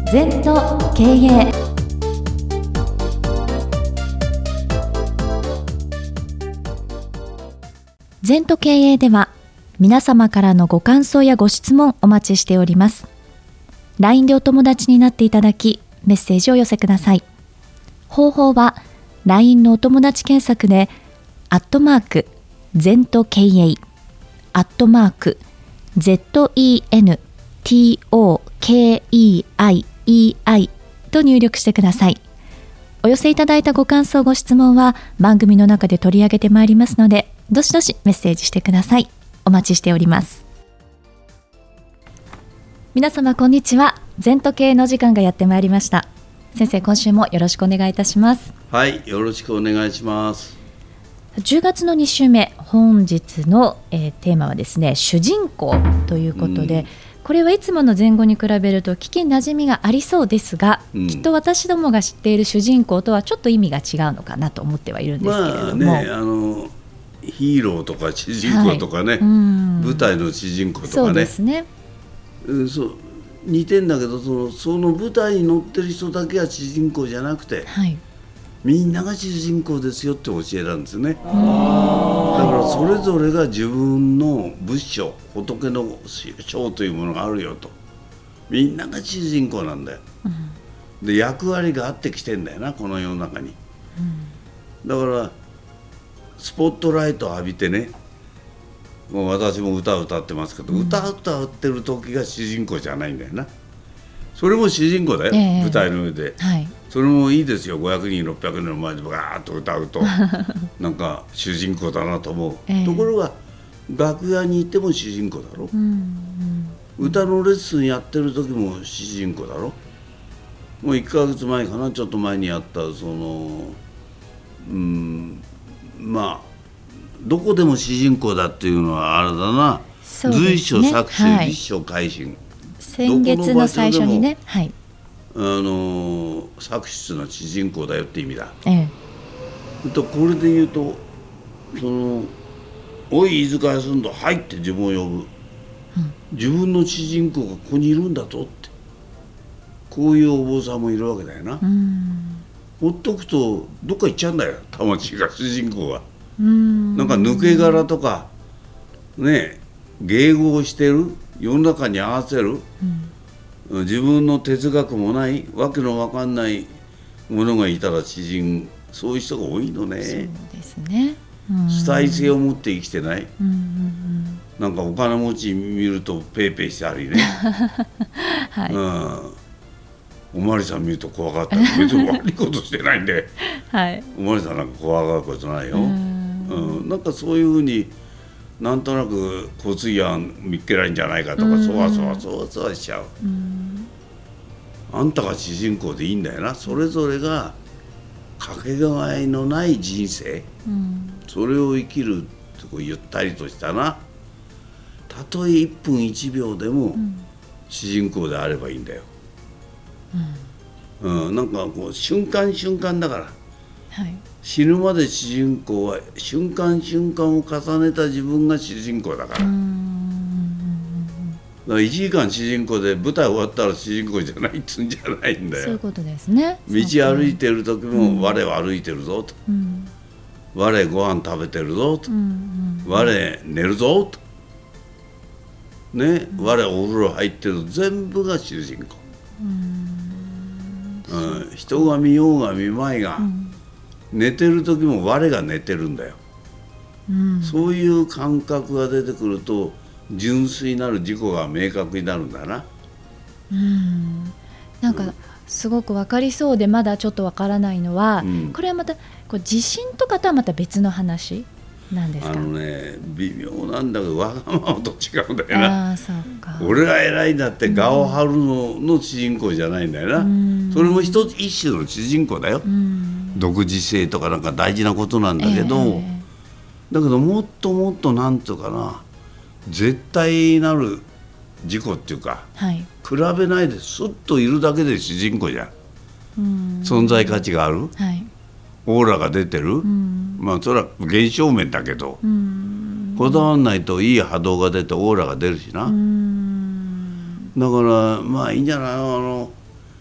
禅と経営。禅と経営では皆様からのご感想やご質問お待ちしております。 LINE でお友達になっていただきメッセージを寄せください。方法は LINE のお友達検索で禅と経営ZENTOKEIEI と入力してください。お寄せいただいたご感想ご質問は番組の中で取り上げてまいりますので、どしどしメッセージしてください。お待ちしております。皆様こんにちは。禅と経営の時間がやってまいりました。先生、今週もよろしくお願いいたします。 はい、よろしくお願いします。 10月の2週目、本日の、テーマはですね、主人公ということで、これはいつもの前後に比べると聞きなじみがありそうですが、きっと私どもが知っている主人公とはちょっと意味が違うのかなと思ってはいるんですけれども、 ヒーローとか主人公とかね、舞台の主人公とかね、 そうですね、 似てんだけど、その舞台に乗ってる人だけは主人公じゃなくて、みんなが主人公ですよって教えなんですね。だからそれぞれが自分の仏性、仏の性というものがあるよと。みんなが主人公なんだよ。で、役割があってきてんだよな、この世の中に。だからスポットライトを浴びてね、もう私も歌を歌ってますけど、歌を歌ってる時が主人公じゃないんだよな。それも主人公だよ、舞台の上で、それもいいですよ。500人600人の前でガーッと歌うとなんか主人公だなと思う、ところが楽屋にいても主人公だろ、歌のレッスンやってる時も主人公だろ。もう1ヶ月前かな、ちょっと前にやったまあどこでも主人公だっていうのはあれだな、随所作詞立所改心、 先月の最初にね、 作詞の主人公だよって意味だ。これで言うと、おい飯塚康人、はいって自分を呼ぶ、自分の主人公がここにいるんだとって、こういうお坊さんもいるわけだよな。ほっとくとどっか行っちゃうんだよ、魂が、主人公が。なんか抜け殻とかね、迎合してる、世の中に合わせる、自分の哲学もないわけのわかんないものがいたらそういう人が多いのね。そうですね、 主体性を持って生きてない、なんかお金持ち見るとペイペイしてありね、おまわりさん見ると怖がったり、別に悪いことしてないんで、おまわりさんなんか怖がることないよ。なんかそういうふうになんとなく交通違反見っけられんじゃないかとか、そわそわしちゃう。あんたが主人公でいいんだよな。それぞれがかけがえのない人生、それを生きるとゆったりとしたな、たとえ1分1秒でも主人公であればいいんだよ。なんかこう瞬間瞬間だから、死ぬまで主人公は瞬間瞬間を重ねた自分が主人公だから。だから1時間主人公で舞台終わったら主人公じゃないっつうんじゃないんだよ。 そういうことですね。 道歩いてる時も我は歩いてるぞと、我ご飯食べてるぞと、我寝るぞとね、我お風呂入ってる、全部が主人公。人が見ようが見まいが、寝てる時も我が寝てるんだよ。そういう感覚が出てくると純粋なる自己が明確になるんだな。 なんかすごく分かりそうで、まだちょっと分からないのは、これはまた自信とかとはまた別の話なんですか。 微妙なんだけど、わがままと違うんだよな。 そうか、 俺が偉いんだって我を張るの主人公じゃないんだよな。それも一種の主人公だよ。独自性とかなんか大事なことなんだけど、だけどもっともっとなんていうかな、絶対なる自己っていうか、比べないでスッといるだけで主人公じゃん。存在価値がある、オーラが出てる、まあそれは現象面だけど、こだわらないといい波動が出てオーラが出るしな。だからまあいいんじゃないの、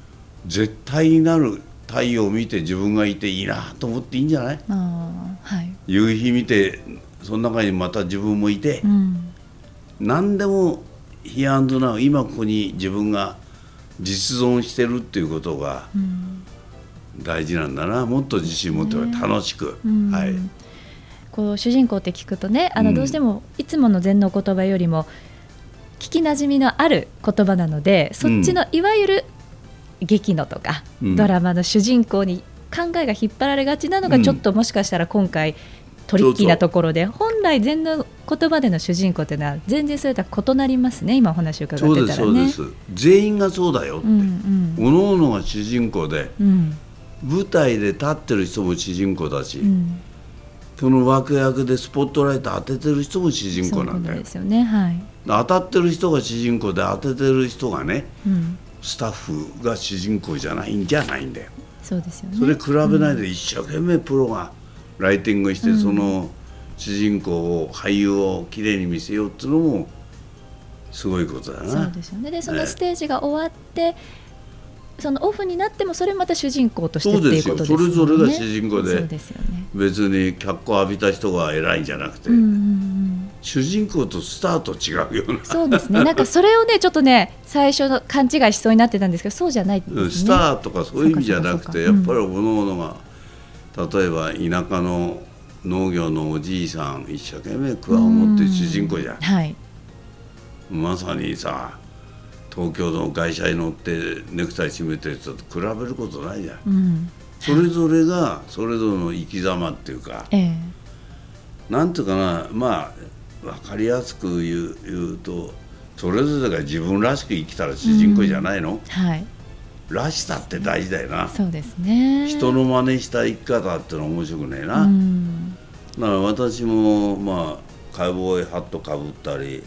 絶対なる太陽を見て自分がいていいなと思っていいんじゃない？ はい、 夕日見てその中にまた自分もいて、何でもヒアンドナウ、今ここに自分が実存してるっていうことが大事なんだな。もっと自信持って楽しく、はい、 こう主人公って聞くとね、どうしてもいつもの禅の言葉よりも聞きなじみのある言葉なので、そっちのいわゆる劇のとか、ドラマの主人公に考えが引っ張られがちなのが、ちょっともしかしたら今回トリッキーなところで、本来禅の言葉での主人公っていうのは全然それとは異なりますね。今お話を伺ってたらね。 そうです全員がそうだよって、各々が主人公で、舞台で立ってる人も主人公だし、その脇役でスポットライト当ててる人も主人公なんだよ。そうですよね、はい、当たってる人が主人公で、当ててる人がね、スタッフが主人公じゃないんじゃないんだよ。 そうですよね。 それ比べないで一生懸命プロがライティングして、その主人公を俳優をきれいに見せようっていうのもすごいことだな。 そうですよね。でそのステージが終わって、そのオフになってもそれまた主人公としてっていうことですよね。 それぞれが主人公で、 そうですよね、 別に脚光浴びた人が偉いんじゃなくて、主人公とスターと違うような。 そうですね。なんかそれをねちょっとね最初の勘違いしそうになってたんですけど、そうじゃないですね。 スターとかそういう意味じゃなくて、やっぱり各々が、例えば田舎の農業のおじいさん一生懸命桑を持って主人公じゃん、はい、まさにさ、東京の外車に乗ってネクタイ締めてる人と比べることないじゃん、それぞれがそれぞれの生き様っていうか、なんていうかな、まあ分かりやすく言うと、それぞれが自分らしく生きたら主人公じゃないの、はい、らしさって大事だよな。 そうですね。 人の真似した生き方ってのは面白くねえな、だから私もまあカウボーイハットかぶったり、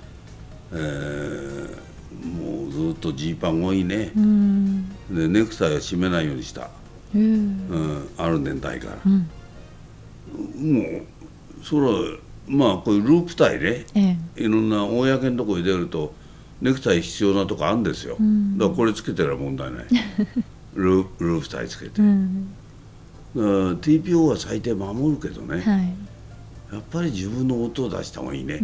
もうずっとジーパン多いね、でネクタイは締めないようにした、ある年代から、もうそれはまあこういうループタイね、いろんな公のところに出るとネクタイ必要なとこあるんですよ、だからこれつけてれば問題ないループタイつけて、TPO は最低守るけどね、やっぱり自分の音を出した方がいいね。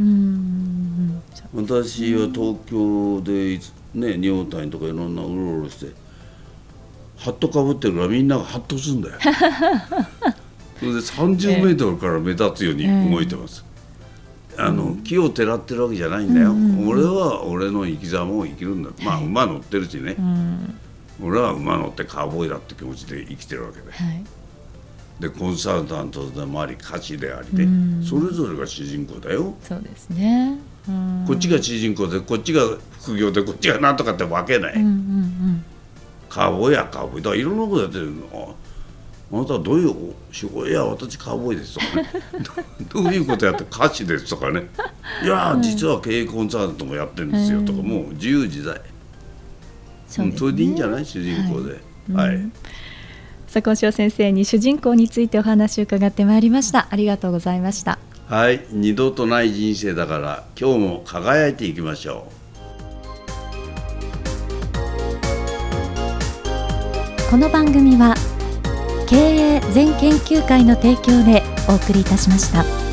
私は東京でね、仁王谷とかいろんなうろうろしてハットかぶってるから、みんながハッとするんだよそれで30メートルから目立つように動いてます、木をてらってるわけじゃないんだよ、俺は俺の生き様を生きるんだ、まあ馬乗ってるしね、俺は馬乗ってカウボーイだって気持ちで生きてるわけで、でコンサルタントでもあり歌手でありで、それぞれが主人公だよ。 そうですね。 こっちが主人公でこっちが副業でこっちがなんとかってわけない、カウボーイやカウボーイだからいろんなことやってるの。あなたはどういう仕事？いや私カウボーイですとかねどういうことやって歌手ですとかね、いや実は経営コンサルタントもやってるんですよとか、もう自由自在、それでいいんじゃない、主人公で。 さあ今週は先生に主人公についてお話を伺ってまいりました。ありがとうございました。 はい、二度とない人生だから今日も輝いていきましょう。この番組は経営全研究会の提供でお送りいたしました。